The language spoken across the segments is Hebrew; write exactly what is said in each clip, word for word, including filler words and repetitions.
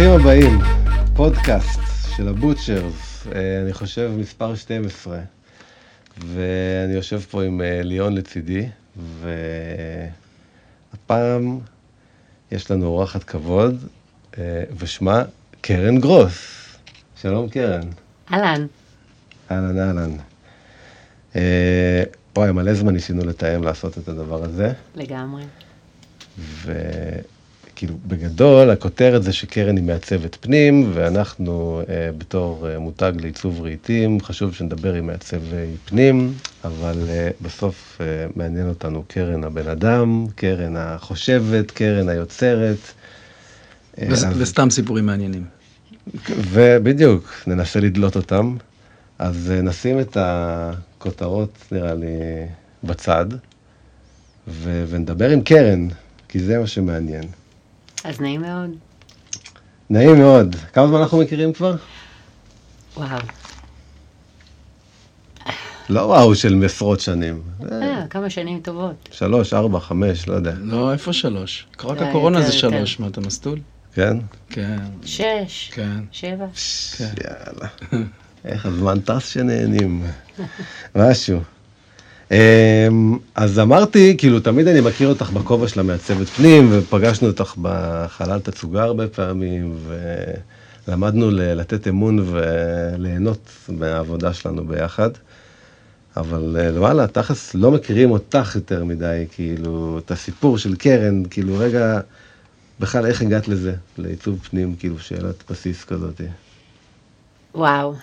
ברוכים הבאים, פודקאסט של הבוטשרס, אני חושב מספר שתים עשרה, ואני יושב פה עם ליאון לצידי, והפעם יש לנו אורחת כבוד, ושמה קרן גרוס. שלום קרן. אהלן. אהלן, אהלן. וואי, מלא זמן ניסינו לתאם לעשות את הדבר הזה. לגמרי. וכאילו, בגדול, הכותרת זה שקרן היא מעצבת פנים, ואנחנו אה, בתור אה, מותג לעיצוב רהיטים, חשוב שנדבר עם מעצבי פנים, אבל אה, בסוף אה, מעניין אותנו קרן הבן אדם, קרן החושבת, קרן היוצרת. ו- אז... וסתם סיפורים מעניינים. ובדיוק, ננסה לדלות אותם. אז אה, נשים את הכותרות, נראה לי, בצד, ו- ונדבר עם קרן. כי זה מה שמעניין. אז נעים מאוד. נעים מאוד. כמה זמן אנחנו מכירים כבר? וואו. לא וואו של עשרות שנים. אה, כמה שנים טובות. שלוש, ארבע, חמש, לא יודע. לא, איפה שלוש? רק הקורונה זה שלוש, מה אתה מסטול? כן? כן. שש. כן. שבע. יאללה. איך הזמן טס שנהנים. משהו. אז אמרתי, כאילו, תמיד אני מכיר אותך בכובע של המעצבת פנים, ופגשנו אותך בחלל תצוגה הרבה פעמים, ולמדנו לתת אמון וליהנות מהעבודה שלנו ביחד. אבל וואלה, תכלס לא מכירים אותך יותר מדי, כאילו, את הסיפור של קרן, כאילו, רגע, בכלל איך הגעת לזה, לעיצוב פנים, כאילו, שאלת בסיס כזאת. וואו,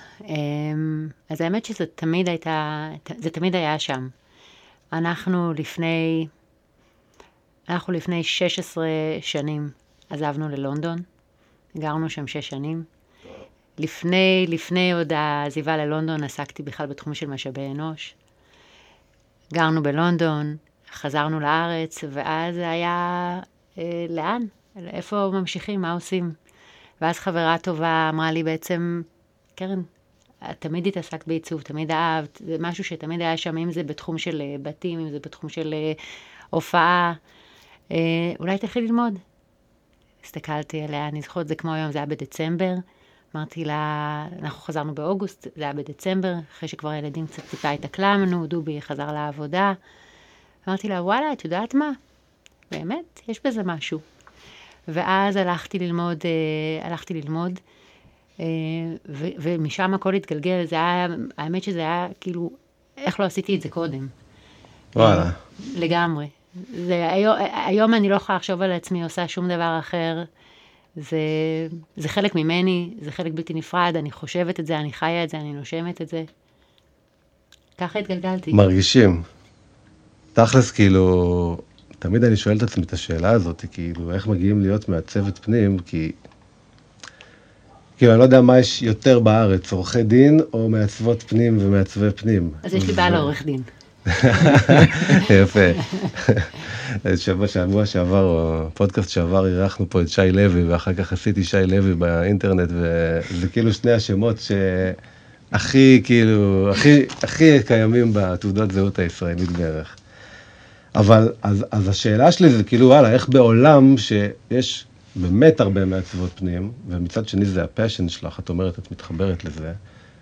אז האמת שזה תמיד הייתה, זה תמיד היה שם. אנחנו לפני, אנחנו לפני שש עשרה שנים עזבנו ללונדון, גרנו שם שש שנים. לפני, לפני עוד העזיבה ללונדון עסקתי בכלל בתחום של משאבי אנוש. גרנו בלונדון, חזרנו לארץ, ואז היה אה, לאן? איפה ממשיכים? מה עושים? ואז חברה טובה אמרה לי בעצם, קרן, תמיד התעסקת בעיצוב, תמיד אהבת, זה משהו שתמיד היה שם, אם זה בתחום של בתים, אם זה בתחום של הופעה, אולי תתחיל ללמוד. הסתכלתי עליה, אני זוכרת, זה כמו היום, זה היה בדצמבר, אמרתי לה, אנחנו חזרנו באוגוסט, זה היה בדצמבר, אחרי שכבר הילדים קצת טיפה התאקלמנו, דובי חזר לעבודה, אמרתי לה, וואלה, את יודעת מה? באמת, יש בזה משהו. ואז הלכתי ללמוד, הלכתי ללמוד, ו- ומשם הכל התגלגל, זה היה, האמת שזה היה כאילו, איך לא עשיתי את זה קודם. וואלה. לגמרי. זה, היום, היום אני לא יכולה לחשוב על עצמי, עושה שום דבר אחר. זה, זה חלק ממני, זה חלק בלתי נפרד, אני חושבת את זה, אני חיה את זה, אני נושמת את זה. ככה התגלגלתי. מרגישים. תכלס כאילו, תמיד אני שואל את עצמי את השאלה הזאת, כאילו, איך מגיעים להיות מעצבת פנים, כי... כאילו, אני לא יודע מה יש יותר בארץ, עורכי דין או מעצבות פנים ומעצבי פנים. אז יש לי בעל עורך דין. יפה. שבוע שבוע שעבר, או פודקאסט שעבר, אירחנו פה את שי לוי, ואחר כך עשיתי שי לוי באינטרנט, וזה כאילו שני השמות שהכי, כאילו, הכי, הכי קיימים בתעודת זהות הישראלית בערך. אבל, אז, אז השאלה שלי זה כאילו, וואלה, איך בעולם שיש... באמת הרבה מעצבות פנים, ומצד שני זה הפשן שלך, את אומרת, את מתחברת לזה,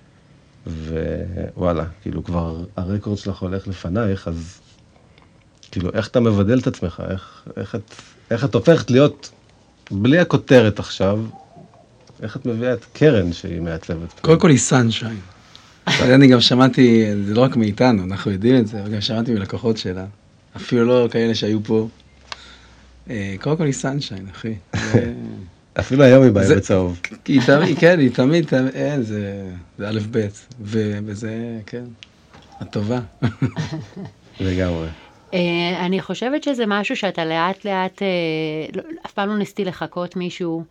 ווואלה, כאילו כבר הרקורד שלך הולך לפנייך, אז כאילו איך אתה מבדל את עצמך, איך, איך, את, איך את הופכת להיות, בלי הכותרת עכשיו, איך את מביאה את קרן שהיא מעצבת פנים? קודם כל היא סנשיין. אני גם שמעתי, זה לא רק מאיתנו, אנחנו יודעים את זה, אבל גם שמעתי מלקוחות שלה, אפילו לא כאלה שהיו פה, קודם כל היא סנשיין, אחי. אפילו היום היא באה בצהוב. כן, היא תמיד, אין, זה א' ב', וזה, כן, הטובה. לגמרי. אני חושבת שזה משהו שאתה לאט לאט, אף פעם לא ניסיתי לחכות מישהו,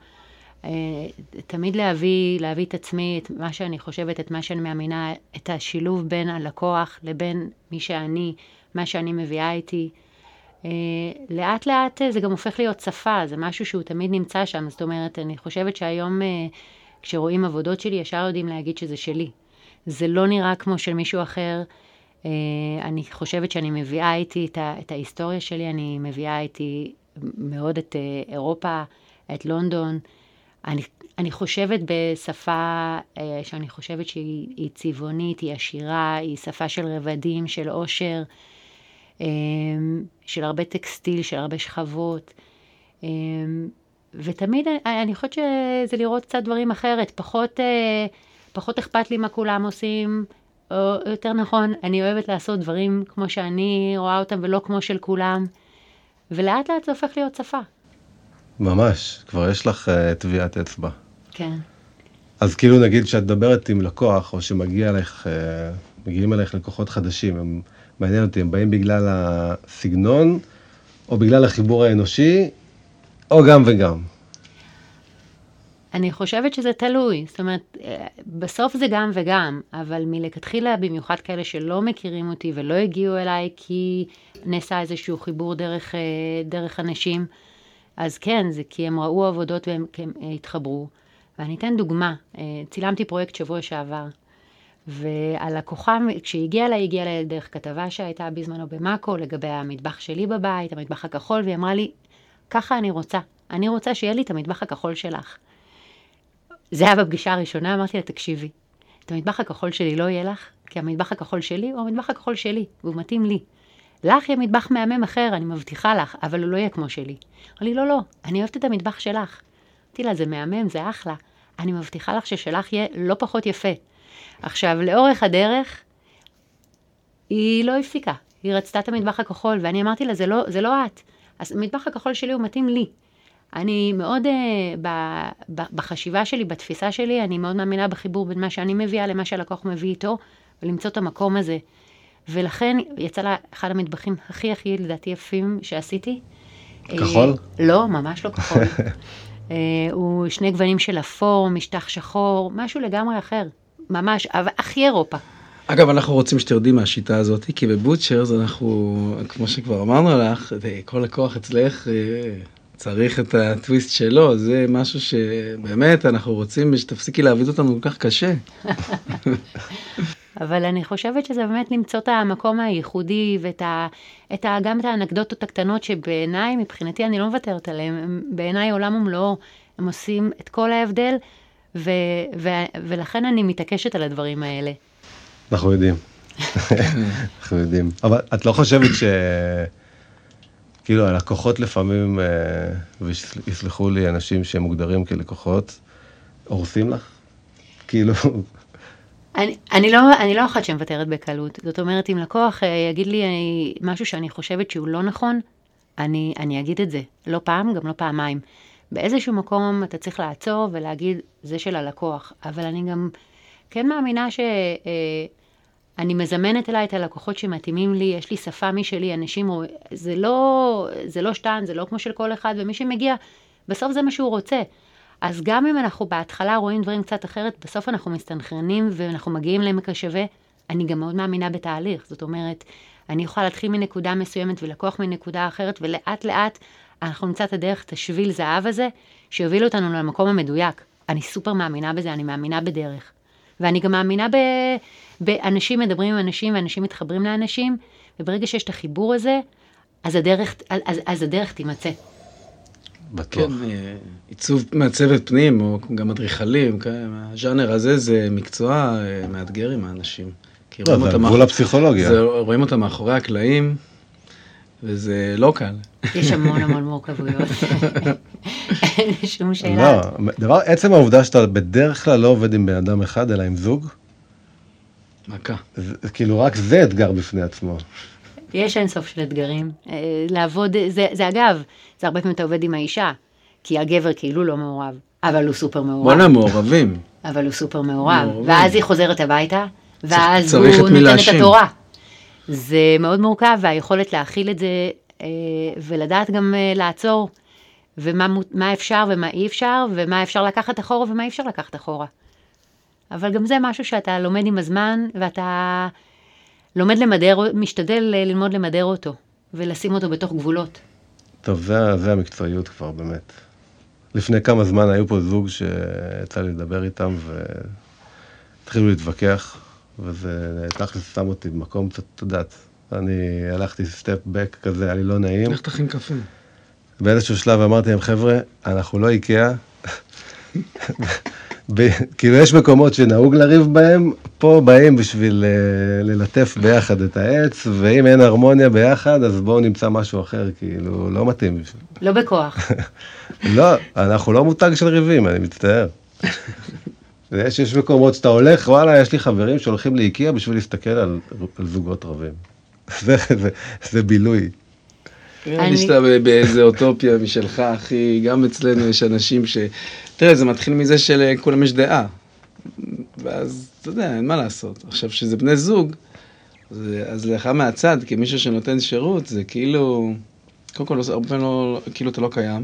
תמיד להביא, להביא את עצמי, את מה שאני חושבת, את מה שאני מאמינה, את השילוב בין הלקוח לבין מי שאני, מה שאני מביאה איתי. Uh, לאט לאט זה גם הופך להיות שפה, זה משהו שהוא תמיד נמצא שם, זאת אומרת, אני חושבת שהיום uh, כשרואים עבודות שלי, ישר יודעים להגיד שזה שלי. זה לא נראה כמו של מישהו אחר, uh, אני חושבת שאני מביאה איתי את, ה- את ההיסטוריה שלי, אני מביאה איתי מאוד את uh, אירופה, את לונדון, אני, אני חושבת בשפה שאני חושבת שהיא צבעונית, היא עשירה, היא שפה של רבדים, של עושר, של הרבה טקסטיל, של הרבה שכבות. ותמיד אני חושבת שזה לראות קצת דברים אחרת, פחות, פחות אכפת לי מה כולם עושים, או יותר נכון, אני אוהבת לעשות דברים כמו שאני רואה אותם ולא כמו של כולם, ולאט לאט זה הופך להיות שפה. ממש, כבר יש לך uh, טביעת אצבע. כן. אז כאילו נגיד שאת מדברת עם לקוח, או שמגיע אליך, uh, מגיעים אליך לקוחות חדשים, הם, מעניין אותי, הם באים בגלל הסגנון, או בגלל החיבור האנושי, או גם וגם. אני חושבת שזה תלוי, זאת אומרת, בסוף זה גם וגם, אבל מלכתחילה, במיוחד כאלה שלא מכירים אותי ולא הגיעו אליי, כי נעשה איזשהו חיבור דרך, דרך אנשים, אז כן, זה כי הם ראו עבודות והם הם התחברו. ואני אתן דוגמה, צילמתי פרויקט שבוע שעבר, והלקוחה, כשהיא הגיעה אליי, הגיעה אליי דרך כתבה שהייתה בזמנו במאקו, לגבי המטבח שלי בבית, המטבח הכחול, והיא אמרה לי, ככה אני רוצה, אני רוצה שיהיה לי את המטבח הכחול שלך. זה היה בפגישה הראשונה, אמרתי לה, תקשיבי, את המטבח הכחול שלי לא יהיה לך, כי המטבח הכחול שלי הוא המטבח הכחול שלי, והוא מתאים לי. לך יהיה מטבח מהמם אחר, אני מבטיחה לך, אבל הוא לא יהיה כמו שלי. אמר לי, לא, לא, אני אוהבת את המטבח שלך. אמרתי לה, זה מהמם, זה אחלה. אני מבטיחה לך ששלך יהיה לא פחות יפה. עכשיו, לאורך הדרך, היא לא הפסיקה. היא רצתה את המטבח הכחול, ואני אמרתי לה, זה לא, זה לא את. אז המטבח הכחול שלי הוא מתאים לי. אני מאוד, uh, ב, ב, בחשיבה שלי, בתפיסה שלי, אני מאוד מאמינה בחיבור בין מה שאני מביאה למה שהלקוח מביא איתו, ולמצוא את המקום הזה. ולכן יצא לה אחד המטבחים הכי הכי לדעתי יפים שעשיתי. כחול? Uh, לא, ממש לא כחול. uh, הוא שני גוונים של אפור, משטח שחור, משהו לגמרי אחר. ממש, אבל הכי אירופה. אגב, אנחנו רוצים שתרדי מהשיטה הזאת, כי בבוטשרס אנחנו, כמו שכבר אמרנו לך, כל לקוח אצלך צריך את הטוויסט שלו, זה משהו שבאמת אנחנו רוצים שתפסיקי להעביד אותנו כל כך קשה. אבל אני חושבת שזה באמת למצוא את המקום הייחודי, ואת ה, את ה, גם את האנקדוטות הקטנות שבעיניי, מבחינתי אני לא מוותרת עליהן, בעיניי עולם ומלואו, הם עושים את כל ההבדל, ו, ו, ולכן אני מתעקשת על הדברים האלה. אנחנו יודעים. אנחנו יודעים. אבל את לא חושבת ש... כאילו, הלקוחות לפעמים, ויסלחו לי אנשים שמוגדרים כלקוחות, הורסים לך? כאילו... אני, אני לא, אני לא אחת שמוותרת בקלות. זאת אומרת, אם לקוח יגיד לי אני, משהו שאני חושבת שהוא לא נכון, אני, אני אגיד את זה. לא פעם, גם לא פעמיים. באיזשהו מקום אתה צריך לעצור ולהגיד, זה של הלקוח. אבל אני גם כן מאמינה ש... אני מזמנת אליי את הלקוחות שמתאימים לי, יש לי שפה משלי, אנשים, זה לא, זה לא שטן, זה לא כמו של כל אחד, ומי שמגיע, בסוף זה מה שהוא רוצה. אז גם אם אנחנו בהתחלה רואים דברים קצת אחרת, בסוף אנחנו מסתנכרנים ואנחנו מגיעים לעמק השווה, אני גם מאוד מאמינה בתהליך. זאת אומרת, אני יכולה להתחיל מנקודה מסוימת ולקוח מנקודה אחרת, ולאט לאט אנחנו נמצא את הדרך, את השביל זהב הזה, שיוביל אותנו למקום המדויק. אני סופר מאמינה בזה, אני מאמינה בדרך. ואני גם מאמינה ב... באנשים מדברים עם אנשים, ואנשים מתחברים לאנשים, וברגע שיש את החיבור הזה, אז הדרך, אז, אז הדרך תימצא. בטוח. כן, עיצוב מעצבת פנים, או גם אדריכלים, הז'אנר הזה זה מקצוע מאתגר עם האנשים. לא, זה גבול הפסיכולוגיה. זה, רואים אותם מאחורי הקלעים, וזה לא קל. יש המון המון מורכבויות. אין שום שאלה. לא, דבר, עצם העובדה שאתה בדרך כלל לא עובד עם בן אדם אחד, אלא עם זוג, מכה. זה, כאילו רק זה אתגר בפני עצמו. יש אין סוף של אתגרים. לעבוד, זה, זה אגב, זה הרבה פעמים אתה עובד עם האישה, כי הגבר כאילו לא מעורב, אבל הוא סופר מעורב. בוא'נה, מעורבים. אבל הוא סופר מעורב. ואז היא חוזרת הביתה, ואז צריך הוא את מי נותן להאשים. את התורה. זה מאוד מורכב, והיכולת להכיל את זה, ולדעת גם לעצור, ומה מה אפשר ומה אי אפשר, ומה אפשר לקחת אחורה ומה אי אפשר לקחת אחורה. אבל גם זה משהו שאתה לומד עם הזמן, ואתה לומד למדר, משתדל ללמוד למדר אותו, ולשים אותו בתוך גבולות. טוב, זה, זה המקצועיות כבר באמת. לפני כמה זמן היו פה זוג שיצא לי לדבר איתם, והתחילו להתווכח, וזה תכלס שם אותי במקום קצת, אתה יודעת, אני הלכתי סטפ בק כזה, היה לי לא נעים. לך תכין קפה. באיזשהו שלב אמרתי להם, חבר'ה, אנחנו לא איקאה, כאילו יש מקומות שנהוג לריב בהם, פה באים בשביל ללטף ביחד את העץ, ואם אין הרמוניה ביחד, אז בואו נמצא משהו אחר, כאילו, לא מתאים. לא בכוח. לא, אנחנו לא מותג של ריבים, אני מצטער. יש, יש מקומות שאתה הולך, וואלה, יש לי חברים שהולכים לאיקאה בשביל להסתכל על, על זוגות רבים. זה, זה, זה בילוי. אני שאתה באיזה אוטופיה משלך, אחי, גם אצלנו יש אנשים ש... תראה, זה מתחיל מזה שלכולם יש דעה. ואז, אתה יודע, אין מה לעשות. עכשיו, שזה בני זוג, אז לך מהצד, כמישהו שנותן שירות, זה כאילו... קודם כל, הרבה פעמים לא, כאילו אתה לא קיים.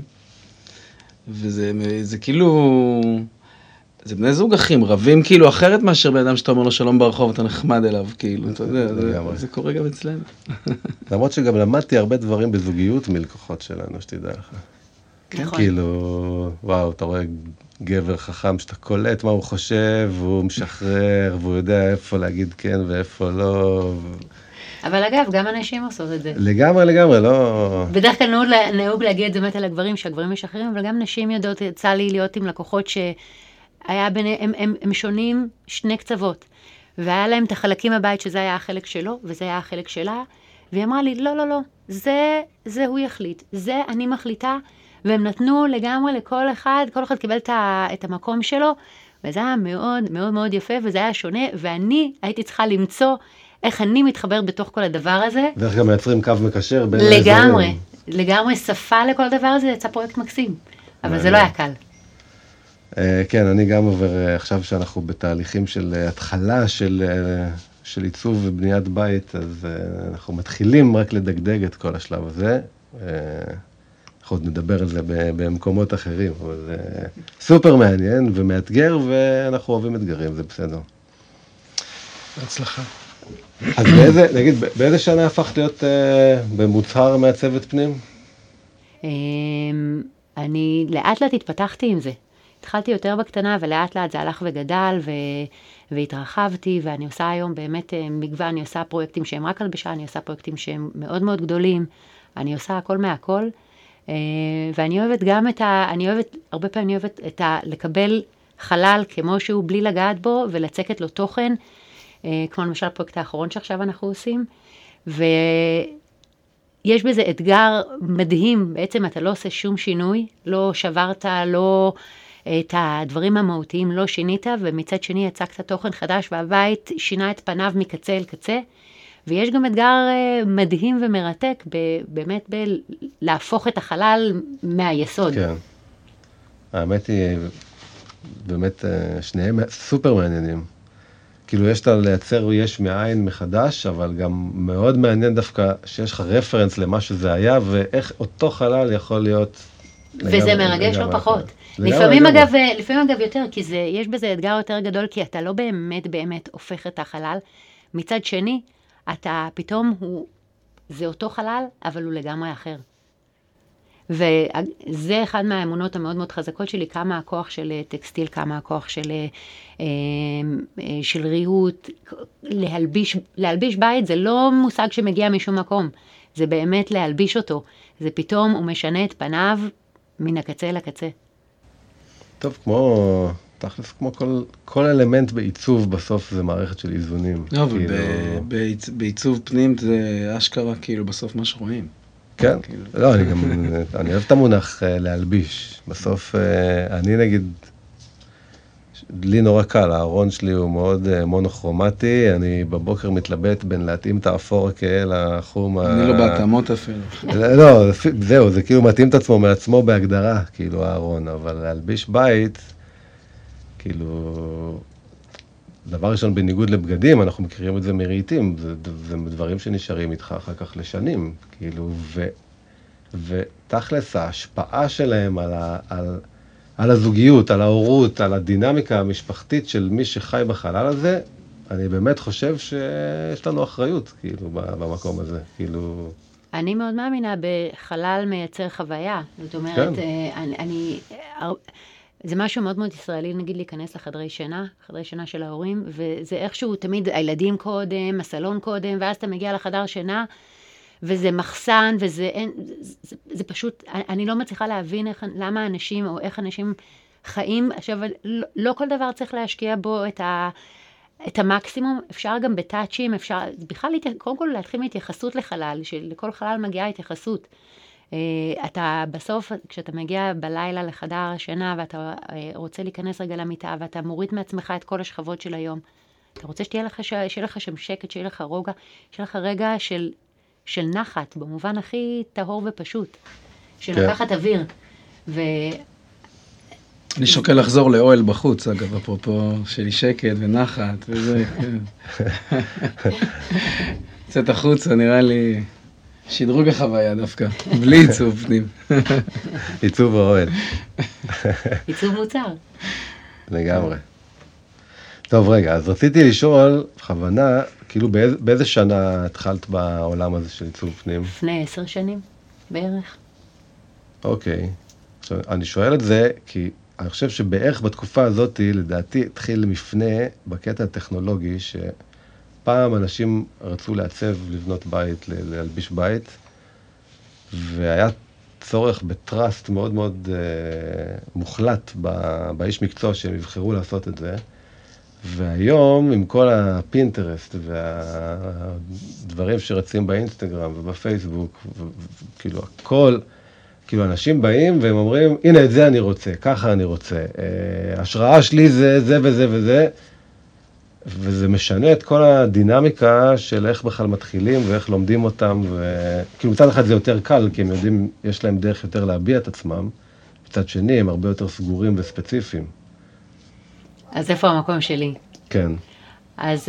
וזה זה כאילו... זה בני זוג אחים, רבים כאילו אחרת מאשר בן אדם שאתה אומר לו שלום ברחוב, אתה נחמד אליו, כאילו, אתה יודע, זה, זה קורה גם אצלנו. למרות שגם למדתי הרבה דברים בזוגיות מלקוחות שלנו, שתדע לך. נכון. כאילו, וואו, אתה רואה גבר חכם שאתה קולט מה הוא חושב, והוא משחרר, והוא יודע איפה להגיד כן ואיפה לא. אבל אגב, גם אנשים עושות את זה. לגמרי, לגמרי, לא... בדרך כלל נהוג, נהוג להגיד את זה באמת על הגברים, שהגברים משחררים, אבל גם נשים יודעות, יצא לי להיות עם לקוחות ש... היה ביניהם, הם, הם, הם שונים שני קצוות, והיה להם את החלקים בבית שזה היה החלק שלו, וזה היה החלק שלה, והיא אמרה לי, לא, לא, לא, זה, זה הוא יחליט, זה אני מחליטה, והם נתנו לגמרי לכל אחד, כל אחד קיבל את המקום שלו, וזה היה מאוד מאוד מאוד יפה, וזה היה שונה, ואני הייתי צריכה למצוא איך אני מתחברת בתוך כל הדבר הזה. ואיך גם מייצרים קו מקשר בין האזורים. לגמרי, לגמרי שפה לכל דבר הזה, יצא פרויקט מקסים, אבל זה לא היה קל. כן, אני גם עובר, עכשיו שאנחנו בתהליכים של התחלה של, של עיצוב ובניית בית, אז אנחנו מתחילים רק לדגדג את כל השלב הזה. אנחנו עוד נדבר על זה במקומות אחרים, אבל זה סופר מעניין ומאתגר, ואנחנו אוהבים אתגרים, זה בסדר. בהצלחה. אז באיזה, נגיד, באיזה שנה הפכת להיות במוצהר מעצבת פנים? אני לאט לאט התפתחתי עם זה. התחלתי יותר בקטנה, ולאט לאט זה הלך וגדל, ו... והתרחבתי, ואני עושה היום באמת מגוון, אני עושה פרויקטים שהם רק הלבשה, אני עושה פרויקטים שהם מאוד מאוד גדולים, אני עושה הכל מהכל, ואני אוהבת גם את ה... אני אוהבת, הרבה פעמים אני אוהבת את ה... לקבל חלל כמו שהוא בלי לגעת בו, ולצקת לו תוכן, כמו למשל הפרויקט האחרון שעכשיו אנחנו עושים, ויש בזה אתגר מדהים, בעצם אתה לא עושה שום שינוי, לא שברת, לא... את הדברים המהותיים לא שינית, ומצד שני יצקת תוכן חדש, והבית שינה את פניו מקצה אל קצה, ויש גם אתגר מדהים ומרתק, באמת להפוך את החלל מהיסוד. כן. האמת היא, באמת, שניהם סופר מעניינים. כאילו יש לה לייצר יש מאין מחדש, אבל גם מאוד מעניין דווקא שיש לך רפרנס למה שזה היה, ואיך אותו חלל יכול להיות... וזה מרגש לא פחות. לפעמים אגב, לפעמים אגב יותר, כי זה, יש בזה אתגר יותר גדול, כי אתה לא באמת באמת הופך את החלל. מצד שני, אתה פתאום הוא, זה אותו חלל, אבל הוא לגמרי אחר. וזה אחד מהאמונות המאוד מאוד חזקות שלי, כמה הכוח של טקסטיל, כמה הכוח של, של ריהוט, להלביש, להלביש בית זה לא מושג שמגיע משום מקום, זה באמת להלביש אותו. זה פתאום הוא משנה את פניו מן הקצה לקצה. טוב, כמו, תכלס, כמו כל, כל אלמנט בעיצוב בסוף זה מערכת של איזונים. לא, אבל בעיצוב פנים זה אשכרה כאילו בסוף מה שרואים. כן, לא, אני גם, אני אוהב את המונח להלביש. בסוף, אני נגיד, לי נורא קל, הארון שלי הוא מאוד מונוכרומטי, אני בבוקר מתלבט בין להתאים את האפור הכהה לחום. אני לא בהתאמות אפילו. לא, זהו, זה כאילו מתאים את עצמו מעצמו בהגדרה, כאילו הארון, אבל להלביש בית, כאילו, דבר ראשון, בניגוד לבגדים, אנחנו מכירים את זה מרהיטים, זה, זה דברים שנשארים איתך אחר כך לשנים, כאילו, ו, ותכלס, ההשפעה שלהם על, ה, על, על הזוגיות, על ההורות, על הדינמיקה המשפחתית של מי שחי בחלל הזה, אני באמת חושב שיש לנו אחריות, כאילו, במקום הזה, כאילו... אני מאוד מאמינה בחלל מייצר חוויה, זאת אומרת, כן. אני... אני זה משהו מאוד מאוד ישראלי, נגיד, להיכנס לחדרי שינה, חדרי שינה של ההורים, וזה איכשהו תמיד הילדים קודם, הסלון קודם, ואז אתה מגיע לחדר שינה, וזה מחסן, וזה אין, זה, זה, זה פשוט, אני לא מצליחה להבין איך, למה אנשים, או איך אנשים חיים, עכשיו, לא, לא כל דבר צריך להשקיע בו את ה... את המקסימום, אפשר גם בטאצ'ים, אפשר, בכלל, קודם כל להתחיל מהתייחסות לחלל, שלכל חלל מגיעה התייחסות. אתה בסוף, כשאתה מגיע בלילה לחדר השינה, ואתה רוצה להיכנס רגע למיטה, ואתה מוריד מעצמך את כל השכבות של היום, אתה רוצה שתהיה לך, שיהיה לך שם שקט, שיהיה לך רוגע, שיהיה לך רגע של, של נחת, במובן הכי טהור ופשוט, של לקחת אוויר. ו... אני שוקל לחזור לאוהל בחוץ, אגב, אפרופו שלי שקט ונחת וזה, כן. קצת החוצה, נראה לי שדרוג החוויה דווקא, בלי עיצוב פנים. עיצוב האוהל. עיצוב מוצר. לגמרי. טוב, רגע, אז רציתי לשאול, בכוונה, כאילו באיזה, באיזה שנה התחלת בעולם הזה של עיצוב פנים? לפני עשר שנים, בערך. אוקיי. עכשיו, אני שואל את זה כי... אני חושב שבערך בתקופה הזאת, לדעתי, התחיל מפנה בקטע הטכנולוגי, שפעם אנשים רצו לעצב, לבנות בית, להלביש בית, והיה צורך בטראסט מאוד מאוד אה, מוחלט ב, באיש מקצוע שהם יבחרו לעשות את זה. והיום, עם כל הפינטרסט והדברים שרצים באינסטגרם ובפייסבוק, וכאילו הכל, כאילו אנשים באים והם אומרים, הנה את זה אני רוצה, ככה אני רוצה, השראה שלי זה זה וזה וזה, וזה משנה את כל הדינמיקה של איך בכלל מתחילים ואיך לומדים אותם, וכאילו מצד אחד זה יותר קל, כי הם יודעים, יש להם דרך יותר להביע את עצמם, מצד שני הם הרבה יותר סגורים וספציפיים. אז איפה המקום שלי? כן. אז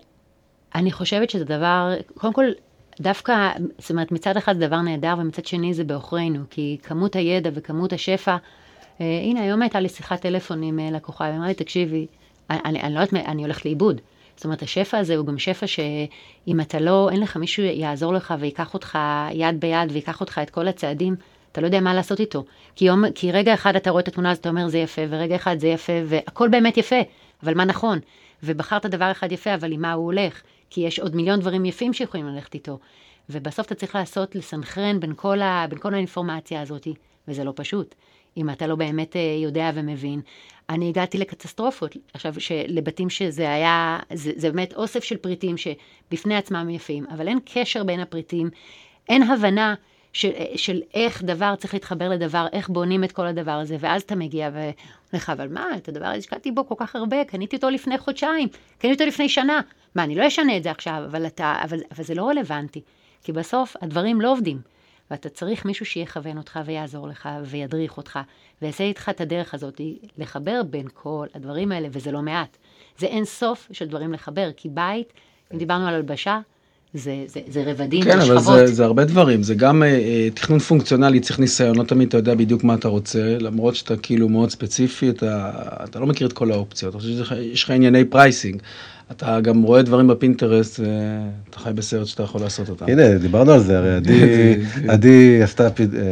אני חושבת שזה דבר, קודם כל, דווקא, זאת אומרת, מצד אחד זה דבר נהדר, ומצד שני זה באוכרינו, כי כמות הידע וכמות השפע, אה, הנה, היום הייתה לי שיחת טלפון עם לקוחה, ואמרה לי, תקשיבי, אני, אני לא יודעת, אני הולכת לאיבוד. זאת אומרת, השפע הזה הוא גם שפע שאם אתה לא, אין לך מישהו יעזור לך ויקח אותך יד ביד, ויקח אותך את כל הצעדים, אתה לא יודע מה לעשות איתו. כי, יום, כי רגע אחד אתה רואה את התמונה, אז אתה אומר, זה יפה, ורגע אחד זה יפה, והכל באמת יפה, אבל מה נכון? ובחרת דבר אחד יפה, אבל עם מה הוא הולך? כי יש עוד מיליון דברים יפים שיכולים ללכת איתו. ובסוף אתה צריך לעשות, לסנכרן בין כל, ה, בין כל האינפורמציה הזאת, וזה לא פשוט. אם אתה לא באמת יודע ומבין. אני הגעתי לקטסטרופות, עכשיו, לבתים שזה היה, זה, זה באמת אוסף של פריטים שבפני עצמם יפים, אבל אין קשר בין הפריטים, אין הבנה של, של איך דבר צריך להתחבר לדבר, איך בונים את כל הדבר הזה, ואז אתה מגיע ולך, אבל מה, את הדבר הזה השקעתי בו כל כך הרבה, קניתי אותו לפני חודשיים, קניתי אותו לפני שנה, מה, אני לא אשנה את זה עכשיו, אבל, אתה, אבל, אבל זה לא רלוונטי, כי בסוף הדברים לא עובדים, ואתה צריך מישהו שיכוון אותך ויעזור לך וידריך אותך, ויעשה איתך את הדרך הזאת, לחבר בין כל הדברים האלה, וזה לא מעט. זה אין סוף של דברים לחבר, כי בית, אם דיברנו על הלבשה, זה, זה, זה רבדים, כן, זה אבל שכבות. זה, זה הרבה דברים, זה גם אה, תכנון פונקציונלי, צריך ניסיון, לא תמיד אתה יודע בדיוק מה אתה רוצה, למרות שאתה כאילו מאוד ספציפי, אתה, אתה לא מכיר את כל האופציות, אתה חושב שיש לך ענייני פרייסינג, אתה גם רואה דברים בפינטרסט, ואתה חי בסרט שאתה יכול לעשות אותם. הנה, דיברנו על זה, הרי עדי, עדי עשתה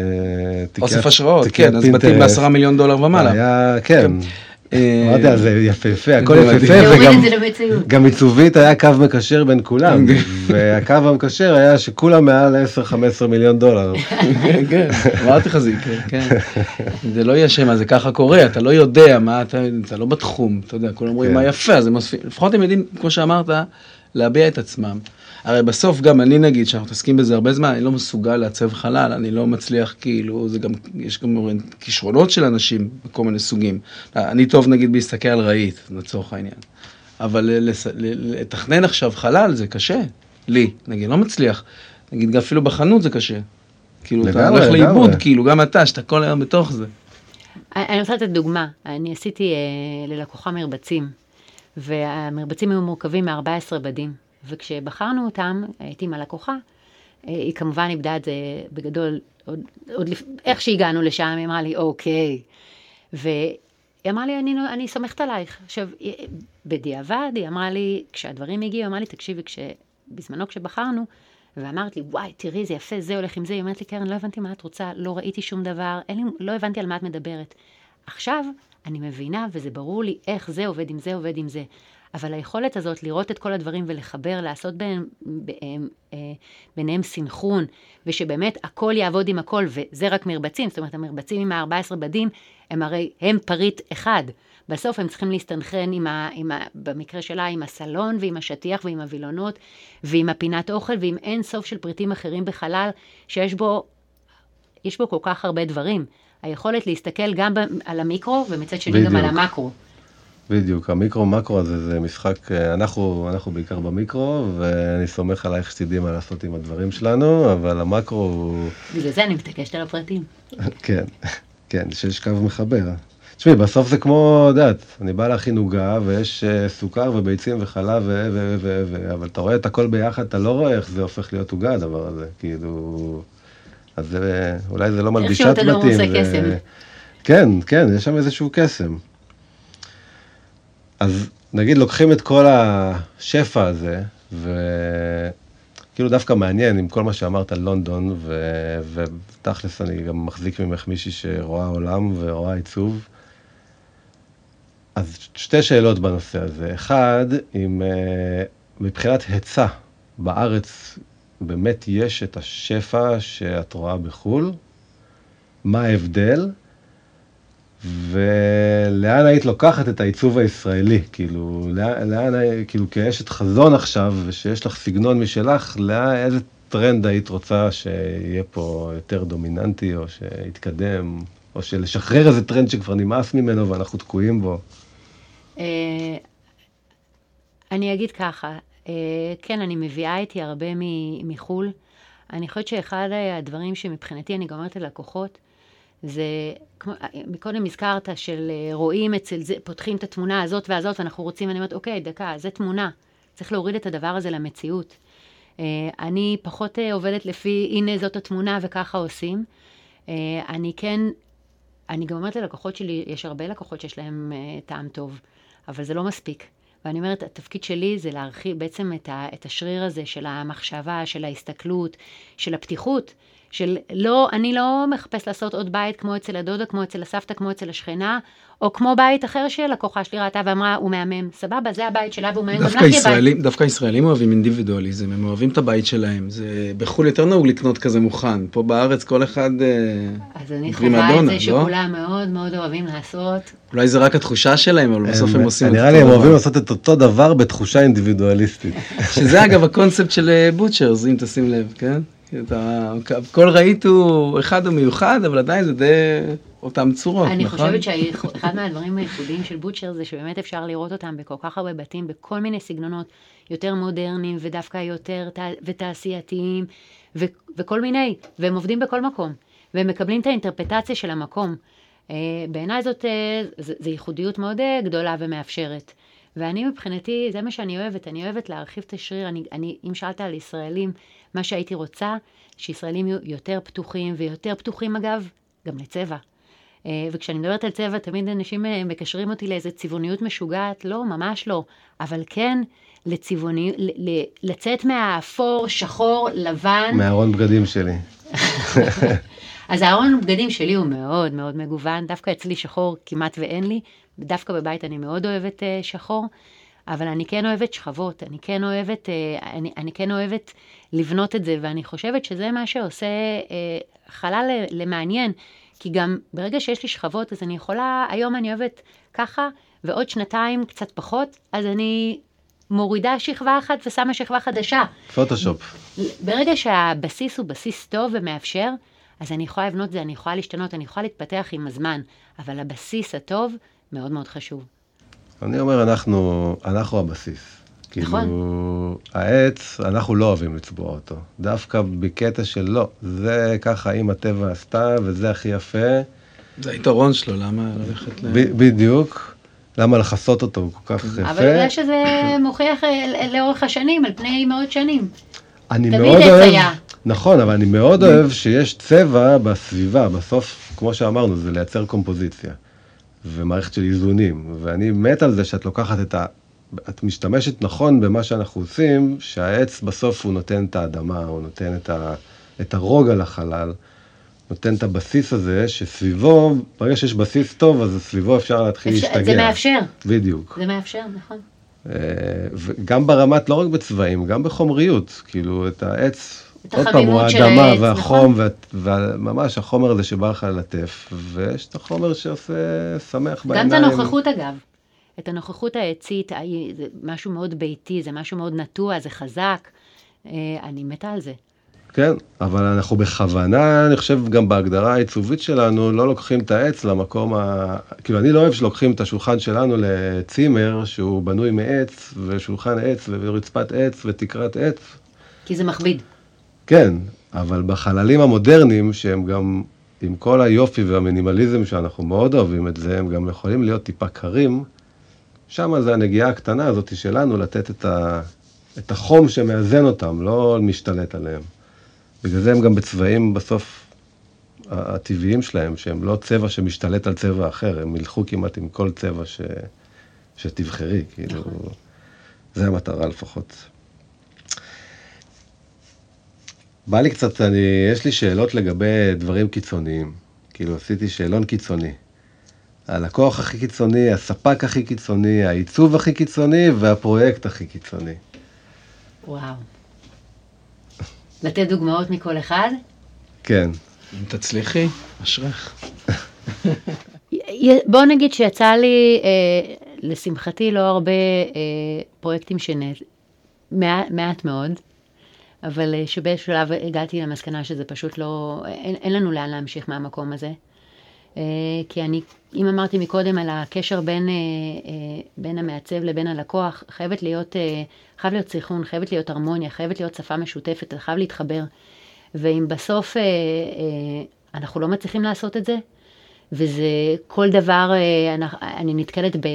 אוסף השראות, כן, אז בתים בעשרה מיליון דולר ומעלה. היה, כן. אמרתי על זה יפה יפה, הכל יפה וגם עיצובית היה קו מקשר בין כולם, והקו המקשר היה שכולם מעל עשר חמש עשרה מיליון דולר. כן, אמרתי לך זה יקרה, כן. זה לא יהיה שמה, זה ככה קורה, אתה לא יודע מה, אתה לא בתחום, אתה יודע, כולם אומרים מה יפה, אז לפחות הם יודעים, כמו שאמרת, להביע את עצמם. הרי בסוף גם אני נגיד, שאנחנו מתעסקים בזה הרבה זמן, אני לא מסוגל לעצב חלל, אני לא מצליח כאילו, זה גם, יש גם כישרונות של אנשים בכל מיני סוגים. אני טוב נגיד בהסתכל על רהיט, לצורך העניין. אבל לתכנן עכשיו חלל זה קשה, לי, נגיד, לא מצליח. נגיד, אפילו בחנות זה קשה. כאילו, אתה הולך לאיבוד, כאילו, גם אתה, שאתה כל היום בתוך זה. אני רוצה לתת דוגמה. אני עשיתי ללקוחה מרבצים, והמרבצים היו מורכבים מ-ארבעה עשר בדים. וכשבחרנו אותם, הייתי עם הלקוחה, היא כמובן איבדה את זה בגדול, עוד, עוד לפ... איך שהגענו לשם, היא אמרה לי, אוקיי. והיא אמרה לי, אני, אני סומכת עלייך. עכשיו, בדיעבד, היא אמרה לי, כשהדברים הגיעו, היא אמרה לי, תקשיבי, בזמנו כשבחרנו, ואמרת לי, וואי, תראי, זה יפה, זה הולך עם זה. היא אומרת לי, קרן, לא הבנתי מה את רוצה, לא ראיתי שום דבר, אין לי, לא הבנתי על מה את מדברת. עכשיו, אני מבינה, וזה ברור לי איך זה עובד עם זה, עובד עם זה. אבל היכולת הזאת לראות את כל הדברים ולחבר, לעשות ביניהם, ביניהם, ביניהם סינכרון, ושבאמת הכל יעבוד עם הכל, וזה רק מרבצים, זאת אומרת, המרבצים עם ה-ארבעה עשר בדים, הם הרי, הם פריט אחד. בסוף הם צריכים להסתנכרן עם ה, עם ה, במקרה שלה, עם הסלון ועם השטיח ועם הווילונות, ועם הפינת אוכל, ועם אין סוף של פריטים אחרים בחלל, שיש בו, יש בו כל כך הרבה דברים. היכולת להסתכל גם על המיקרו, ומצד שני גם על המקרו. בדיוק, המיקרו-מקרו הזה זה משחק, אנחנו, אנחנו בעיקר במיקרו, ואני סומך עלייך שתדעי מה לעשות עם הדברים שלנו, אבל המקרו הוא... בגלל זה אני מתעקשת על הפרטים. כן, כן, שיש קו מחבר. תשמעי, בסוף זה כמו, יודעת, אני בא להכין עוגה, ויש סוכר וביצים וחלב, ו, ו, ו, ו, אבל אתה רואה את הכל ביחד, אתה לא רואה איך זה הופך להיות עוגה, הדבר הזה, כאילו... אז זה, אולי זה לא מלבישת בתים. איך שהוא אתה לא קסם. כן, כן, יש שם איזשהו קסם. אז נגיד לוקחים את כל השפע הזה, וכאילו דווקא מעניין עם כל מה שאמרת על לונדון, ו... ותכלס אני גם מחזיק ממך מישהי שרואה עולם ורואה עיצוב. אז שתי שאלות בנושא הזה. אחד, אם מבחינת היצע בארץ באמת יש את השפע שאת רואה בחול, מה ההבדל? ולאן היית לוקחת את העיצוב הישראלי? כאילו, לאן, לאן, כאילו, כאשת חזון עכשיו, ושיש לך סגנון משלך, לאן, איזה טרנד היית רוצה שיהיה פה יותר דומיננטי, או שיתקדם, או שלשחרר איזה טרנד שכבר נמאס ממנו ואנחנו תקועים בו? אני אגיד ככה, כן, אני מביאה איתי הרבה מחול. אני חושבת שאחד הדברים שמבחינתי אני גומרת ללקוחות, זה, כמו, מקודם הזכרת של רואים אצל זה, פותחים את התמונה הזאת והזאת, ואנחנו רוצים, אני אומרת, אוקיי, דקה, זה תמונה. צריך להוריד את הדבר הזה למציאות. אני פחות עובדת לפי, הנה זאת התמונה וככה עושים. אני כן, אני גם אומרת ללקוחות שלי, יש הרבה לקוחות שיש להם טעם טוב, אבל זה לא מספיק. ואני אומרת, התפקיד שלי זה להרחיב בעצם את, ה, את השריר הזה של המחשבה, של ההסתכלות, של הפתיחות, של לא, אני לא מחפש לעשות עוד בית כמו אצל הדודה, כמו אצל הסבתא, כמו אצל השכנה, או כמו בית אחר שלקוחה שלי ראתה ואמרה, הוא מהמם, סבבה, זה הבית שלה והוא מהמם. דווקא ישראלים, דווקא ישראלים אוהבים אינדיבידואליזם, הם אוהבים את הבית שלהם, זה בחול יותר נהוג לקנות כזה מוכן, פה בארץ כל אחד אז אני חווה את זה שכולם מאוד מאוד אוהבים לעשות. אולי זה רק התחושה שלהם, אבל בסוף הם עושים את אותו דבר. נראה לי הם אוהבים לעשות את אותו דבר בתחושה אינדיבידואליסטית. שזה אגב הקונספט של בוטשרס, אם תשים לב, כן? כל רהיט הוא אחד ומיוחד, אבל עדיין זה די אותם צורות, אני חושבת שאחד מהדברים הייחודיים של בוטשר זה שבאמת אפשר לראות אותם בכל כך הרבה בתים, בכל מיני סגנונות יותר מודרניים ודווקא יותר ותעשייתיים וכל מיני, והם עובדים בכל מקום, והם מקבלים את האינטרפטציה של המקום. בעיניי זאת, זו ייחודיות מאוד גדולה ומאפשרת. ואני מבחינתי, זה מה שאני אוהבת, אני אוהבת להרחיב את השריר, אני, אני, אם שאלת על ישראלים, מה שהייתי רוצה, שישראלים יהיו יותר פתוחים, ויותר פתוחים אגב, גם לצבע. וכשאני מדברת על צבע, תמיד אנשים מקשרים אותי לאיזו צבעוניות משוגעת, לא, ממש לא, אבל כן, לצבעוני, לצאת מהאפור, שחור, לבן. מהארון בגדים שלי. אז הארון בגדים שלי הוא מאוד מאוד מגוון, דווקא אצלי שחור כמעט ואין לי, דווקא בבית אני מאוד אוהבת שחור, אבל אני כן אוהבת שכבות, אני כן אוהבת, אני, אני כן אוהבת לבנות את זה, ואני חושבת שזה מה שעושה חלל למעניין, כי גם ברגע שיש לי שכבות, אז אני יכולה, היום אני אוהבת ככה, ועוד שנתיים קצת פחות, אז אני מורידה שכבה אחת ושמה שכבה חדשה. פוטושופ. ברגע שהבסיס הוא בסיס טוב ומאפשר, אז אני יכולה לבנות זה, אני יכולה להשתנות, אני יכולה להתפתח עם הזמן, אבל הבסיס הטוב מאוד מאוד חשוב. אני אומר, אנחנו, אנחנו הבסיס. נכון. כאילו, העץ, אנחנו לא אוהבים לצבוע אותו. דווקא בקטע של לא, זה ככה אם הטבע עשתה, וזה הכי יפה. זה היתרון שלו, למה ללכת ל... בדיוק. למה לחסות אותו, הוא כל כך יפה. אבל אולי שזה מוכיח לאורך השנים, על פני מאות שנים. אני מאוד אוהב, נכון, אבל אני מאוד אוהב שיש צבע בסביבה, בסוף, כמו שאמרנו, זה לייצר קומפוזיציה, ומערכת של איזונים, ואני מת על זה שאת לוקחת את ה... את משתמשת נכון במה שאנחנו עושים, שהעץ בסוף הוא נותן את האדמה, הוא נותן את, ה... את הרוגע לחלל, נותן את הבסיס הזה, שסביבו, ברגע שיש בסיס טוב, אז סביבו אפשר להתחיל להשתגע. זה מאפשר. בדיוק. זה מאפשר, נכון. וגם ברמת, לא רק בצבעים, גם בחומריות, כאילו את העץ, את עוד פעם, הוא החמימות של האדמה העץ, והחום, נכון? וממש החומר הזה שבא לך ללטף, ויש את החומר שעושה שמח גם בעיניים. את הנוכחות אגב, את הנוכחות העצית, זה משהו מאוד ביתי, זה משהו מאוד נטוע, זה חזק, אני מתה על זה. כן, אבל אנחנו בכוונה, אני חושב גם בהגדרה העיצובית שלנו, לא לוקחים את העץ למקום ה... כאילו, אני לא אוהב שלוקחים את השולחן שלנו לצימר, שהוא בנוי מעץ, ושולחן עץ, ורצפת עץ, ותקרת עץ. כי זה מכביד. כן, אבל בחללים המודרניים, שהם גם, עם כל היופי והמינימליזם שאנחנו מאוד אוהבים את זה, הם גם יכולים להיות טיפה קרים, שם זה הנגיעה הקטנה הזאת שלנו, לתת את, ה... את החום שמאזן אותם, לא משתלט עליהם. בגלל זה הם גם בצבעים בסוף הטבעיים שלהם, שהם לא צבע שמשתלט על צבע אחר, הם מלכו כמעט עם כל צבע ש... שתבחרי, כאילו, זה המטרה לפחות. בא לי קצת, אני, יש לי שאלות לגבי דברים קיצוניים, כאילו עשיתי שאלון קיצוני. הלקוח הכי קיצוני, הספק הכי קיצוני, העיצוב הכי קיצוני והפרויקט הכי קיצוני. וואו. לתת דוגמאות מכל אחד? כן. אם תצליחי, אשרך. בוא נגיד שיצא לי, אה, לשמחתי, לא הרבה אה, פרויקטים שנת, מעט, מעט מאוד, אבל אה, שבאיזשהו שלב הגעתי למסקנה שזה פשוט לא, אין, אין לנו לאן להמשיך מהמקום הזה. אה, כי אני, אם אמרתי מקודם על הקשר בין, אה, אה, בין המעצב לבין הלקוח, חייבת להיות, אה, חייב להיות סנכרון, חייבת להיות הרמוניה, חייבת להיות שפה משותפת, חייב להתחבר. ואם בסוף אה, אה, אנחנו לא מצליחים לעשות את זה, וזה כל דבר, אה, אני, אני נתקלת ב,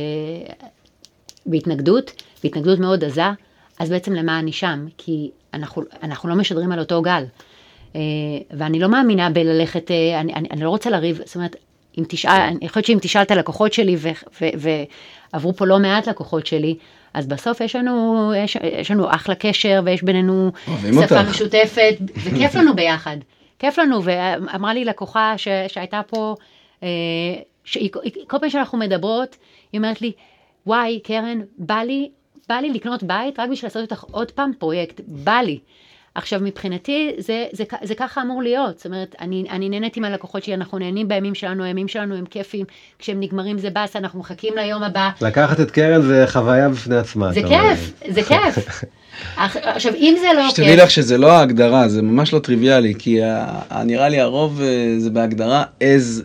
בהתנגדות, בהתנגדות מאוד עזה, אז בעצם למה אני שם? כי אנחנו, אנחנו לא משדרים על אותו גל. אה, ואני לא מאמינה בללכת, אה, אני, אני, אני לא רוצה לריב, זאת אומרת, אם תשאל, אני חושבת שאם תשאל את הלקוחות שלי, ו, ו, ועברו פה לא מעט לקוחות שלי, אז בסוף יש לנו, יש, יש לנו אחלה קשר, ויש בינינו שפה אותך. משותפת, וכיף לנו ביחד. כיף לנו, ואמרה לי לקוחה ש, שהייתה פה, אה, שהיא, כל פעם שאנחנו מדברות, היא אומרת לי, וואי, קרן, בא לי, בא לי לקנות בית, רק בשביל לעשות אותך עוד פעם פרויקט, בא לי. עכשיו, מבחינתי, זה, זה, זה ככה אמור להיות. זאת אומרת, אני, אני נהנית עם הלקוחות שלי, אנחנו נהנים בימים שלנו, הימים שלנו הם כיפים, כשהם נגמרים זה בס, אנחנו מחכים ליום הבא. לקחת את קרן זה חוויה בפני עצמה. זה כיף, זה כיף. עכשיו, אם זה לא כיף... שתדעי לך שזה לא ההגדרה, זה ממש לא טריוויאלי, כי נראה לי הרוב זה בהגדרה עז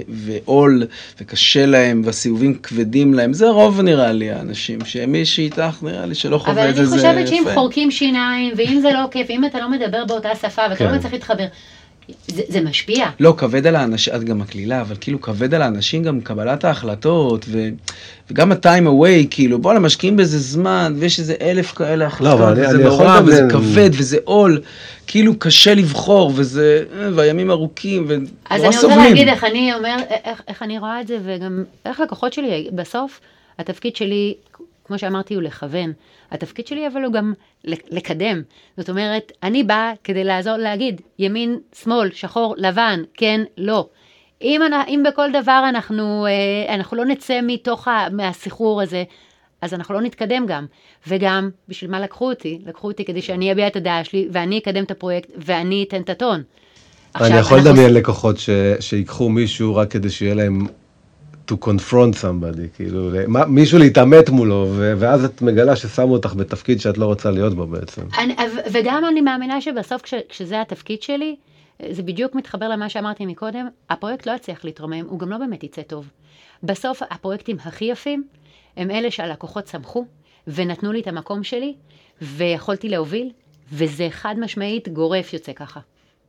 ועול, וקשה להם, והסיבובים כבדים להם, זה הרוב נראה לי האנשים, שמי שאיתך נראה לי שלא חווה את זה. אבל אני חושבת שאם חורקים שיניים, ואם זה לא כיף, אם אתה לא מדבר באותה שפה, ואתה לא מצליח להתחבר, זה, זה משפיע. לא, כבד על האנשים, את גם מקלילה, אבל כאילו כבד על האנשים גם קבלת ההחלטות, ו, וגם ה-time away, כאילו, בוא למשקיעים בזה זמן, ויש איזה אלף כאלה החלטות, לא, וזה נורא, וזה בין... כבד, וזה עול, כאילו קשה לבחור, וזה, והימים ארוכים, ונורא סובלים. אז אני רוצה להגיד איך אני אומר, איך, איך אני רואה את זה, וגם איך לקוחות שלי, בסוף, התפקיד שלי, כמו שאמרתי, הוא לכוון. התפקיד שלי אבל הוא גם לקדם. זאת אומרת, אני באה כדי לעזור, להגיד, ימין, שמאל, שחור, לבן, כן, לא. אם, אם בכל דבר אנחנו, אנחנו לא נצא מתוך, מהסחרור הזה, אז אנחנו לא נתקדם גם. וגם, בשביל מה לקחו אותי? לקחו אותי כדי שאני אביע את הדעה שלי, ואני אקדם את הפרויקט, ואני אתן את הטון. אני יכול לדמיין לקוחות שיקחו מישהו רק כדי שיהיה להם to confront somebody, כאילו, מישהו להתעמת מולו, ואז את מגלה ששמו אותך בתפקיד שאת לא רוצה להיות בו בעצם. אני, וגם אני מאמינה שבסוף כש, כשזה התפקיד שלי, זה בדיוק מתחבר למה שאמרתי מקודם, הפרויקט לא יצליח להתרומם, הוא גם לא באמת יצא טוב. בסוף הפרויקטים הכי יפים, הם אלה שהלקוחות צמחו, ונתנו לי את המקום שלי, ויכולתי להוביל, וזה חד משמעית גורף יוצא ככה.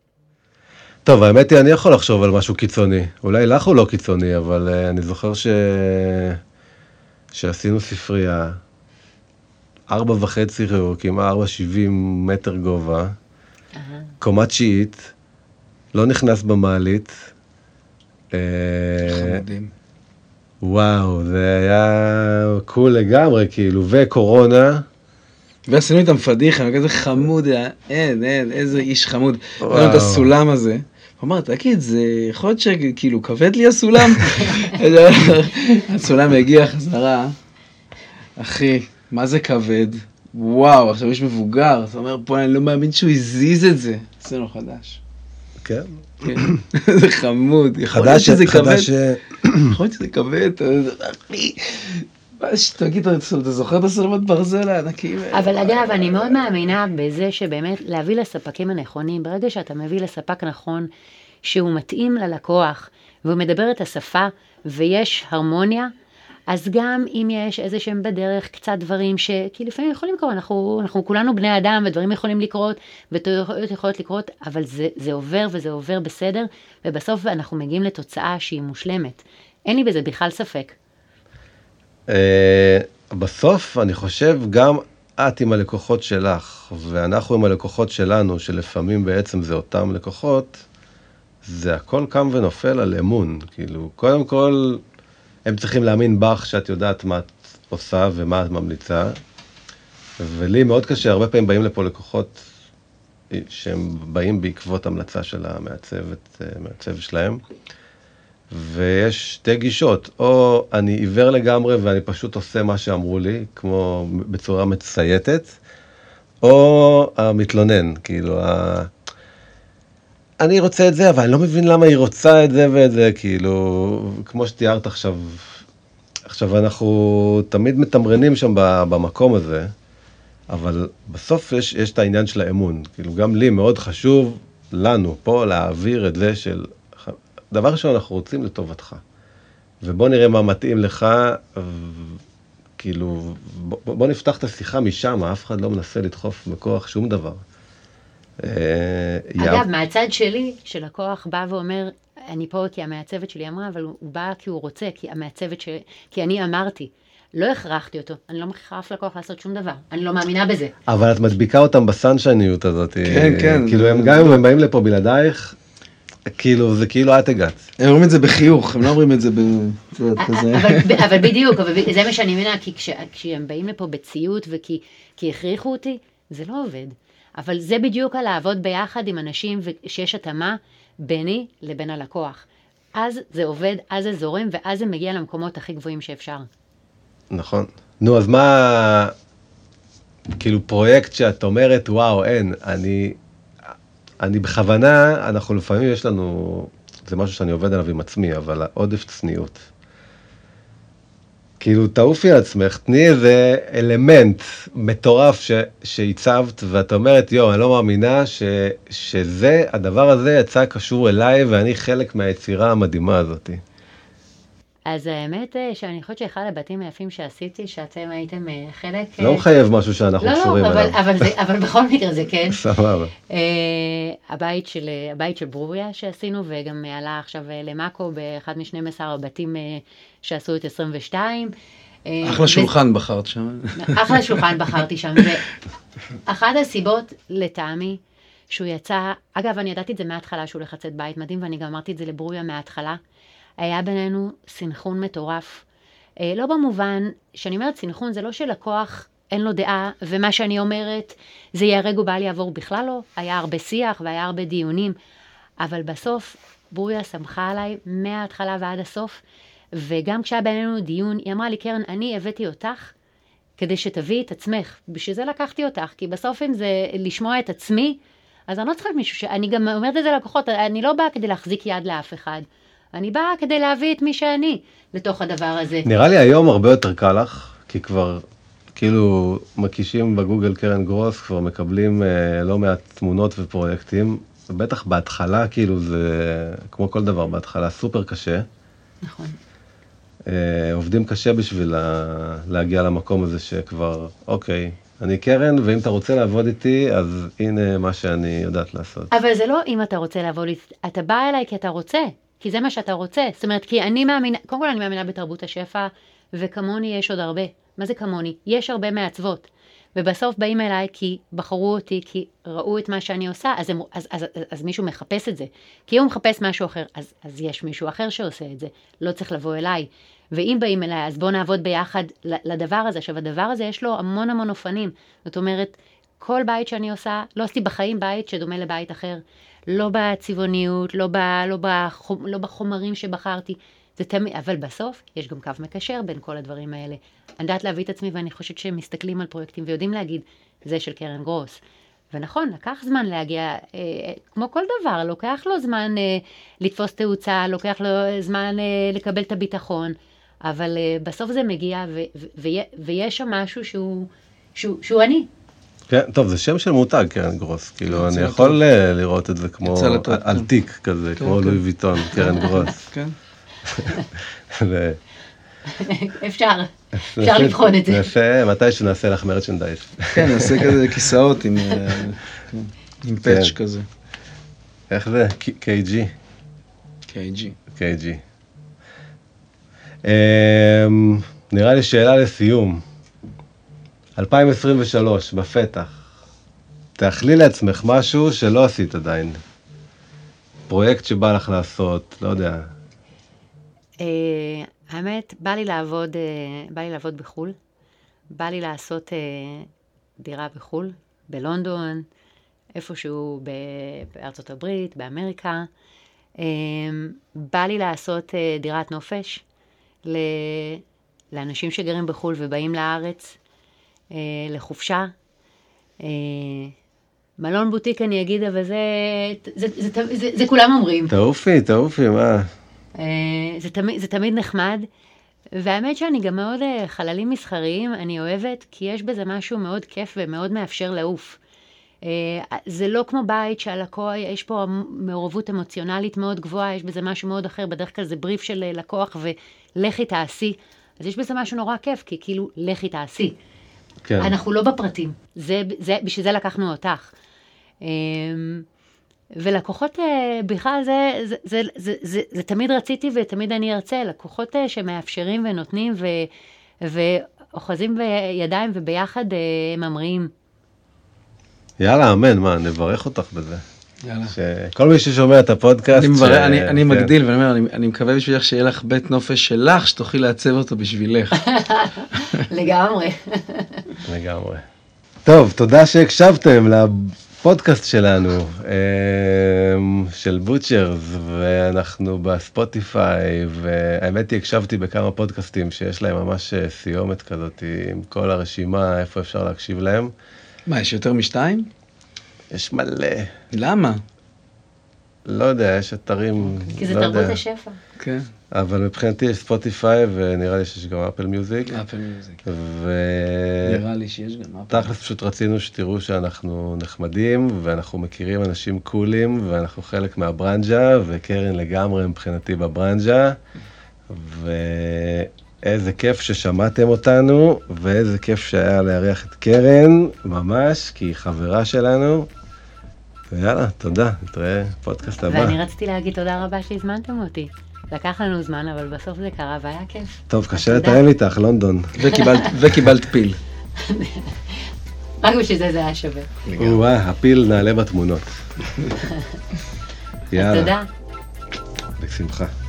טוב, האמת היא, אני יכול לחשוב על משהו קיצוני. אולי לך הוא לא קיצוני, אבל uh, אני זוכר ש... שעשינו ספרייה, ארבע וחצי רעוקים, ארבע שבעים מטר גובה, uh-huh. קומה תשיעית, לא נכנס במעלית. חמודים. וואו, זה היה קול לגמרי, כאילו, וקורונה. ועשינו איתם פדיחה, כזה חמוד, אין, אין, איזה איש חמוד. ראינו את הסולם הזה. הוא אמר, תגיד, זה יכול להיות שכאילו כבד לי הסולם? הסולם הגיע חזרה. אחי, מה זה כבד? וואו, עכשיו יש מבוגר, זאת אומרת, פה אני לא מאמין שהוא הזיז את זה. זה לא חדש. כן. זה חמוד. חדש שזה כבד. יכול להיות שזה כבד, תגיד, אתה זוכר את הסולמות ברזל הענקים? אבל אגב, אני מאוד מאמינה בזה שבאמת להביא לספקים הנכונים, ברגע שאתה מביא לספק נכון, שהוא מתאים ללקוח, והוא מדבר את השפה, ויש הרמוניה, אז גם אם יש איזה שהם בדרך קצת דברים ש... כי לפעמים יכולים לקרות, אנחנו, אנחנו כולנו בני אדם, ודברים יכולים לקרות, וטעויות יכולות לקרות, אבל זה, זה עובר וזה עובר בסדר, ובסוף אנחנו מגיעים לתוצאה שהיא מושלמת. אין לי בזה בכלל ספק. בסוף אני חושב גם את עם הלקוחות שלך, ואנחנו עם הלקוחות שלנו, שלפעמים בעצם זה אותם לקוחות, זה הכל קם ונופל על אמון. כאילו, קודם כל, הם צריכים להאמין בך שאת יודעת מה את עושה ומה את ממליצה. ולי מאוד קשה, הרבה פעמים באים לפה לקוחות שהם באים בעקבות המלצה של המעצבת, מעצב שלהם. ויש שתי גישות, או אני עיוור לגמרי ואני פשוט עושה מה שאמרו לי, כמו בצורה מצייתת, או המתלונן, כאילו, ה... אני רוצה את זה, אבל אני לא מבין למה היא רוצה את זה ואת זה, כאילו, כמו שתיארת עכשיו, עכשיו אנחנו תמיד מתמרנים שם במקום הזה, אבל בסוף יש, יש את העניין של האמון, כאילו, גם לי מאוד חשוב לנו פה להעביר את זה של... דבר ראשון, אנחנו רוצים לטובתך, ובוא נראה מה מתאים לך, ו... כאילו, בוא, בוא נפתח את השיחה משם, אף אחד לא מנסה לדחוף בכוח שום דבר. אגב, מהצד שלי, שלקוח בא ואומר, אני פה כי המעצבת שלי אמרה, אבל הוא בא כי הוא רוצה, כי המעצבת ש... כי אני אמרתי, לא הכרחתי אותו, אני לא מכריחה אף לקוח לעשות שום דבר, אני לא מאמינה בזה. אבל את מדביקה אותם בסנשייניות הזאת, כן, כן. כאילו, הם גם אם הם באים לפה בלעדייך, כאילו, זה כאילו את הגעת. הם אומרים את זה בחיוך, הם לא אומרים את זה כזה. אבל בדיוק, זה מה שאני מבינה, כי כשהם באים לפה בציות וכי הכריחו אותי, זה לא עובד. אבל זה בדיוק על לעבוד ביחד עם אנשים שיש התאמה ביני לבין הלקוח. אז זה עובד, אז זה זורם, ואז זה מגיע למקומות הכי גבוהים שאפשר. נכון. נו, אז מה, כאילו פרויקט שאת אומרת, וואו, אין, אני... אני בכוונה, אנחנו לפעמים יש לנו, זה משהו שאני עובד עליו עם עצמי, אבל העודף צניעות. כאילו, תעופי על עצמך, תני איזה אלמנט מטורף ש, שהצבת, ואת אומרת, יו, אני לא מאמינה ש, שזה, הדבר הזה יצא קשור אליי, ואני חלק מהיצירה המדהימה הזאת. אז האמת שאני חושבת שאחד הבתים היפים שעשיתי, שאתם הייתם חלק... לא מחייב משהו שאנחנו קשורים אליו. לא, אבל, אבל, אבל בכל מקרה זה כן. סבבה. הבית של, הבית של ברוריה שעשינו, וגם עלה עכשיו למאקו באחד מ-שנים עשר הבתים שעשו את עשרים ושתיים. אחלה שולחן בחרת שם. אחלה שולחן בחרתי שם. ואחת הסיבות לטעמי, שהוא יצא, אגב, אני ידעתי את זה מההתחלה שהוא הולך לצאת בית מדהים, ואני גם אמרתי את זה לברוריה מההתחלה, היה בינינו סינכרון מטורף. אה, לא במובן, שאני אומרת סינכרון, זה לא שלקוח אין לו דעה, ומה שאני אומרת, זה יהרג ובל יעבור, בכלל לא. היה הרבה שיח והיה הרבה דיונים, אבל בסוף ברוריה שמחה עליי מההתחלה ועד הסוף, וגם כשהיה בינינו דיון, היא אמרה לי, קרן, אני הבאתי אותך כדי שתביאי את עצמך. בשביל זה לקחתי אותך, כי בסוף אם זה לשמוע את עצמי, אז אני לא צריכה מישהו, שאני גם אומרת את זה ללקוחות, אני לא באה כדי להחזיק יד לאף אחד. אני באה כדי להביא את מי שאני לתוך הדבר הזה. נראה לי היום הרבה יותר קל לך, כי כבר כאילו מקישים בגוגל קרן גרוס, כבר מקבלים אה, לא מעט תמונות ופרויקטים, בטח בהתחלה כאילו זה כמו כל דבר בהתחלה סופר קשה. נכון. אה, עובדים קשה בשביל לה, להגיע למקום הזה שכבר אוקיי, אני קרן, ואם אתה רוצה לעבוד איתי, אז הנה מה שאני יודעת לעשות. אבל זה לא אם אתה רוצה לעבוד איתי, אתה בא אליי כי אתה רוצה. כי זה מה שאתה רוצה. זאת אומרת, כי אני מאמינה, קודם כל אני מאמינה בתרבות השפע, וכמוני יש עוד הרבה. מה זה כמוני? יש הרבה מעצבות. ובסוף באים אליי כי בחרו אותי, כי ראו את מה שאני עושה, אז, הם, אז, אז, אז, אז מישהו מחפש את זה. כי הוא מחפש משהו אחר, אז, אז יש מישהו אחר שעושה את זה. לא צריך לבוא אליי. ואם באים אליי, אז בואו נעבוד ביחד לדבר הזה. עכשיו, הדבר הזה יש לו המון המון אופנים. זאת אומרת, כל בית שאני עושה, לא עשיתי בחיים בית שדומה לבית אחר. לא בצבעוניות, לא, ב, לא, בחומ, לא בחומרים שבחרתי. זה תמיד, אבל בסוף יש גם קו מקשר בין כל הדברים האלה. אני יודעת להביא את עצמי, ואני חושבת שהם מסתכלים על פרויקטים ויודעים להגיד, זה של קרן גרוס. ונכון, לקח זמן להגיע, אה, כמו כל דבר, לוקח לו זמן אה, לתפוס תאוצה, לוקח לו זמן אה, לקבל את הביטחון, אבל אה, בסוף זה מגיע, ו- ו- ו- ויש שם משהו שהוא, שהוא, שהוא אני. כן, טוב, זה שם של מותג, קרן גרוס, כאילו, אני יכול uh, לראות את זה כמו על תיק כזה, כן, כמו כן. לואי ויטון, קרן גרוס. כן. ו- אפשר, אפשר לבחון את זה. נעשה, מתי שנעשה לך מרצ'נדייז. כן, נעשה כזה כיסאות עם, אה, עם פאץ' כן. כזה. איך זה? קיי ג'י. קיי ג'י. קיי ג'י. אמ, נראה לי שאלה לסיום. אלפיים עשרים ושלוש, בפתח. תאכלי לעצמך משהו שלא עשית עדיין. פרויקט שבא לך לעשות, לא יודע. אה, האמת, בא לי לעבוד, אה, בא לי לעבוד בחול. בא לי לעשות אה, דירה בחול, בלונדון, איפשהו ב- בארצות הברית, באמריקה. אה, בא לי לעשות אה, דירת נופש ל- לאנשים שגרים בחול ובאים לארץ אה, לחופשה. אה, מלון בוטיק אני אגיד, אבל זה, זה, זה, זה, זה, זה כולם אומרים. תעופי, תעופי, מה? אה, זה תמיד, זה תמיד נחמד, והאמת שאני גם מאוד אה, חללים מסחריים, אני אוהבת, כי יש בזה משהו מאוד כיף ומאוד מאפשר לעוף. אה, זה לא כמו בית שהלקוח, יש פה מעורבות אמוציונלית מאוד גבוהה, יש בזה משהו מאוד אחר, בדרך כלל זה בריף של אה, לקוח ולכי תעשי, אז יש בזה משהו נורא כיף, כי כאילו לכי תעשי. כן. אנחנו לא בפרטים, זה, זה, בשביל זה לקחנו אותך. אה, ולקוחות בכלל זה, זה, זה, זה, זה, זה תמיד רציתי ותמיד אני ארצה, לקוחות שמאפשרים ונותנים ו, ואוחזים בידיים וביחד ממריאים. יאללה, אמן, מה, נברך אותך בזה. יאללה. שכל מי ששומע את הפודקאסט... אני, ש... מבר... אני, אני כן. מגדיל ואני אומר, אני, אני מקווה בשבילך שיהיה לך בית נופש שלך, שתוכלי לעצב אותו בשבילך. לגמרי. לגמרי. טוב, תודה שהקשבתם לפודקאסט שלנו, של בוטשרס, ואנחנו בספוטיפיי, והאמת היא, הקשבתי בכמה פודקאסטים שיש להם ממש סיומת כזאת, עם כל הרשימה, איפה אפשר להקשיב להם. מה, יש יותר משתיים? יש מלא. למה? לא יודע, יש אתרים, כי זה לא תרבות יודע. השפע. כן. אבל מבחינתי יש ספוטיפיי, ונראה לי שיש גם אפל מיוזיק. אפל מיוזיק. ו... נראה לי שיש גם אפל. תכלס פשוט רצינו שתראו שאנחנו נחמדים, ואנחנו מכירים אנשים קולים, ואנחנו חלק מהברנג'ה, וקרן לגמרי מבחינתי בברנג'ה, ואיזה כיף ששמעתם אותנו, ואיזה כיף שהיה לארח את קרן, ממש, כי היא חברה שלנו. ויאללה, תודה, נתראה פודקאסט הבא. ואני רציתי להגיד תודה רבה שהזמנתם אותי. לקח לנו זמן, אבל בסוף זה קרה והיה כיף. טוב, קשה לתאם איתך, לונדון. וקיבלת, וקיבלת פיל. רק בשביל זה זה היה שווה. וואי, הפיל נעלה בתמונות. אז תודה. בשמחה.